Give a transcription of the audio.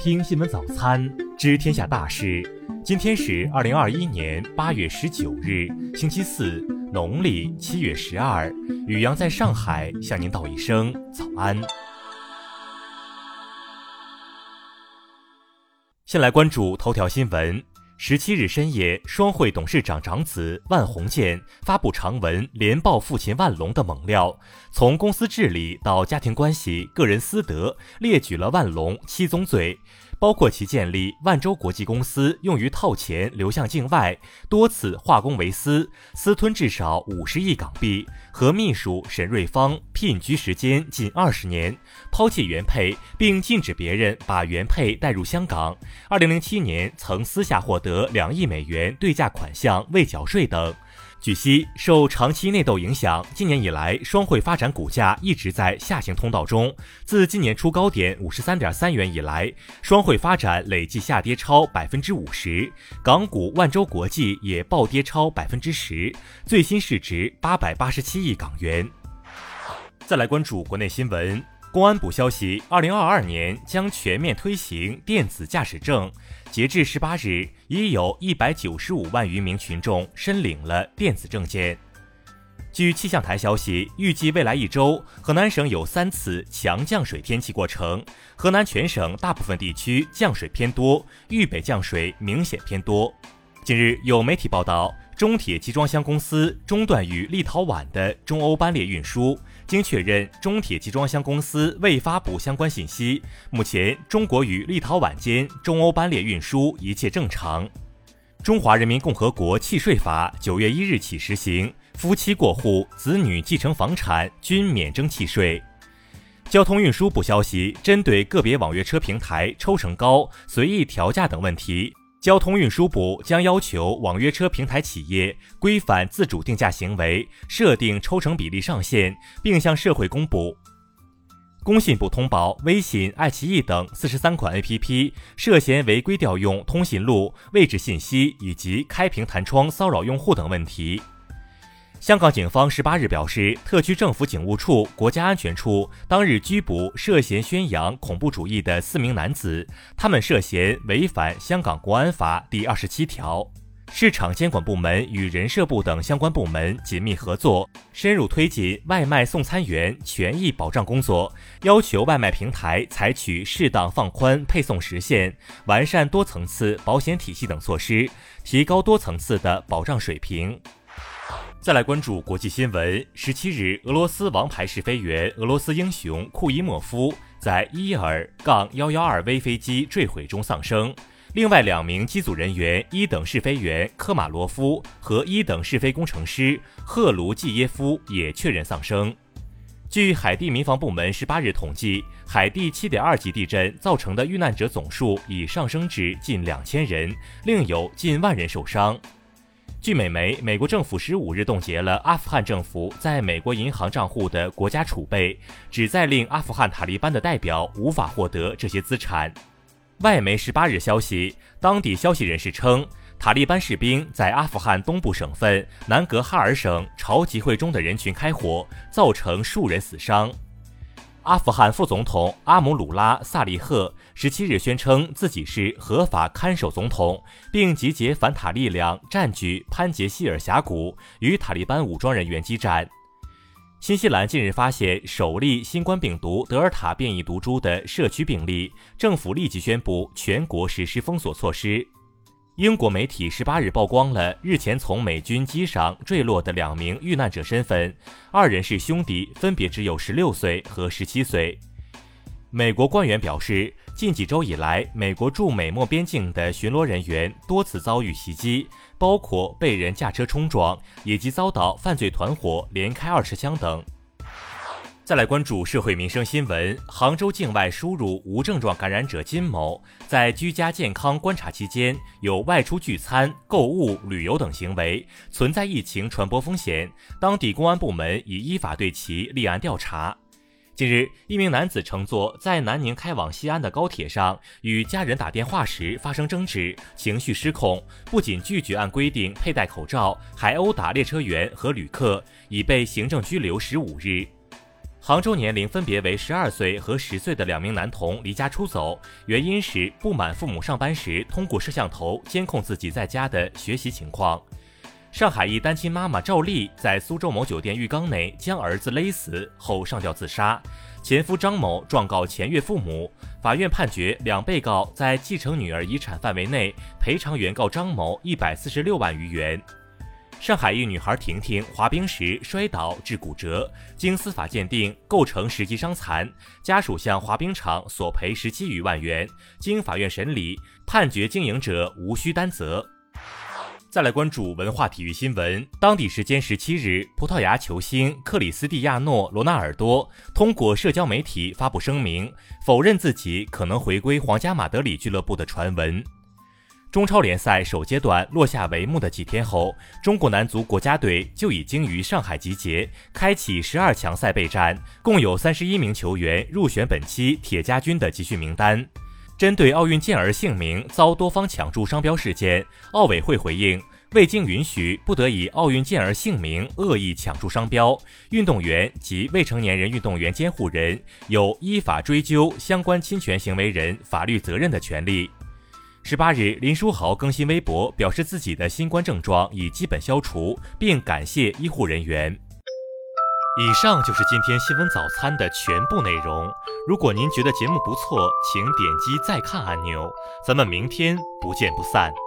听新闻早餐，知天下大事。今天是2021年8月19日，星期四，农历7月12。宇阳在上海向您道一声早安。先来关注头条新闻。17日深夜，双汇董事长长子万鸿建发布长文，连爆父亲万隆的猛料，从公司治理到家庭关系、个人私德，列举了万隆7宗罪，包括其建立万洲国际公司用于套钱流向境外，多次化公为私，私吞至少50亿港币，和秘书沈瑞芳聘居时间近20年，抛弃原配并禁止别人把原配带入香港。2007年曾私下获得2亿美元对价款项未缴税等。据悉，受长期内斗影响，今年以来双汇发展股价一直在下行通道中。自今年初高点53.3元以来，双汇发展累计下跌超50%，港股万洲国际也暴跌超10%，最新市值887亿港元。再来关注国内新闻。公安部消息，2022年将全面推行电子驾驶证，截至18日，已有195万余名群众申领了电子证件。据气象台消息，预计未来1周，河南省有3次强降水天气过程，河南全省大部分地区降水偏多，豫北降水明显偏多。近日有媒体报道，中铁集装箱公司中断与立陶宛的中欧班列运输，经确认，中铁集装箱公司未发布相关信息。目前，中国与立陶宛间中欧班列运输一切正常。中华人民共和国契税法9月1日起实行，夫妻过户、子女继承房产均免征契税。交通运输部消息，针对个别网约车平台抽成高、随意调价等问题，交通运输部将要求网约车平台企业规范自主定价行为，设定抽成比例上限，并向社会公布。工信部通报微信、爱奇艺等43款 APP 涉嫌违规调用通讯录、位置信息以及开屏弹窗骚扰用户等问题。香港警方18日表示，特区政府警务处、国家安全处当日拘捕涉嫌宣扬恐怖主义的4名男子，他们涉嫌违反香港国安法第27条。市场监管部门与人社部等相关部门紧密合作，深入推进外卖送餐员权益保障工作，要求外卖平台采取适当放宽配送时限，完善多层次保险体系等措施，提高多层次的保障水平。再来关注国际新闻。17日，俄罗斯王牌试飞员、俄罗斯英雄库伊莫夫在伊尔杠112V 飞机坠毁中丧生。另外2名机组人员1等试飞员科马罗夫和1等试飞工程师赫卢季耶夫也确认丧生。据海地民防部门18日统计，海地7.2级地震造成的遇难者总数已上升至近2000人，另有近10000人受伤。据美媒，美国政府15日冻结了阿富汗政府在美国银行账户的国家储备，旨在令阿富汗塔利班的代表无法获得这些资产。外媒18日消息，当地消息人士称，塔利班士兵在阿富汗东部省份南格哈尔省朝集会中的人群开火，造成数人死伤。阿富汗副总统阿姆鲁拉·萨利赫17日宣称自己是合法看守总统，并集结反塔力量占据潘杰希尔峡谷，与塔利班武装人员激战。新西兰近日发现首例新冠病毒德尔塔变异毒株的社区病例，政府立即宣布全国实施封锁措施。英国媒体18日曝光了日前从美军机上坠落的2名遇难者身份，2人是兄弟，分别只有16岁和17岁。美国官员表示，近几周以来，美国驻美墨边境的巡逻人员多次遭遇袭击，包括被人驾车冲撞，以及遭到犯罪团伙连开20枪等。再来关注社会民生新闻。杭州境外输入无症状感染者金某，在居家健康观察期间有外出聚餐、购物、旅游等行为，存在疫情传播风险，当地公安部门已依法对其立案调查。近日，一名男子乘坐在南宁开往西安的高铁上，与家人打电话时发生争执，情绪失控，不仅拒绝按规定佩戴口罩，还殴打列车员和旅客，已被行政拘留15日。 杭州年龄分别为12岁和10岁的2名男童离家出走，原因是不满父母上班时通过摄像头监控自己在家的学习情况。上海一单亲妈妈赵丽在苏州某酒店浴缸内将儿子勒死后上吊自杀，前夫张某状告前岳父母，法院判决2被告在继承女儿遗产范围内赔偿原告张某146万余元。上海一女孩婷婷滑冰时摔倒致骨折，经司法鉴定构成实际伤残，家属向滑冰场索赔17余万元，经法院审理，判决经营者无需担责。再来关注文化体育新闻。当地时间17日，葡萄牙球星克里斯蒂亚诺·罗纳尔多通过社交媒体发布声明，否认自己可能回归皇家马德里俱乐部的传闻。中超联赛首阶段落下帷幕的几天后，中国男足国家队就已经于上海集结，开启12强赛备战，共有31名球员入选本期铁家军的集训名单。针对奥运健儿姓名遭多方抢注商标事件，奥委会回应，未经允许不得以奥运健儿姓名恶意抢注商标，运动员及未成年人运动员监护人有依法追究相关侵权行为人法律责任的权利。18日，林书豪更新微博，表示自己的新冠症状已基本消除，并感谢医护人员。以上就是今天新闻早餐的全部内容。如果您觉得节目不错，请点击再看按钮。咱们明天不见不散。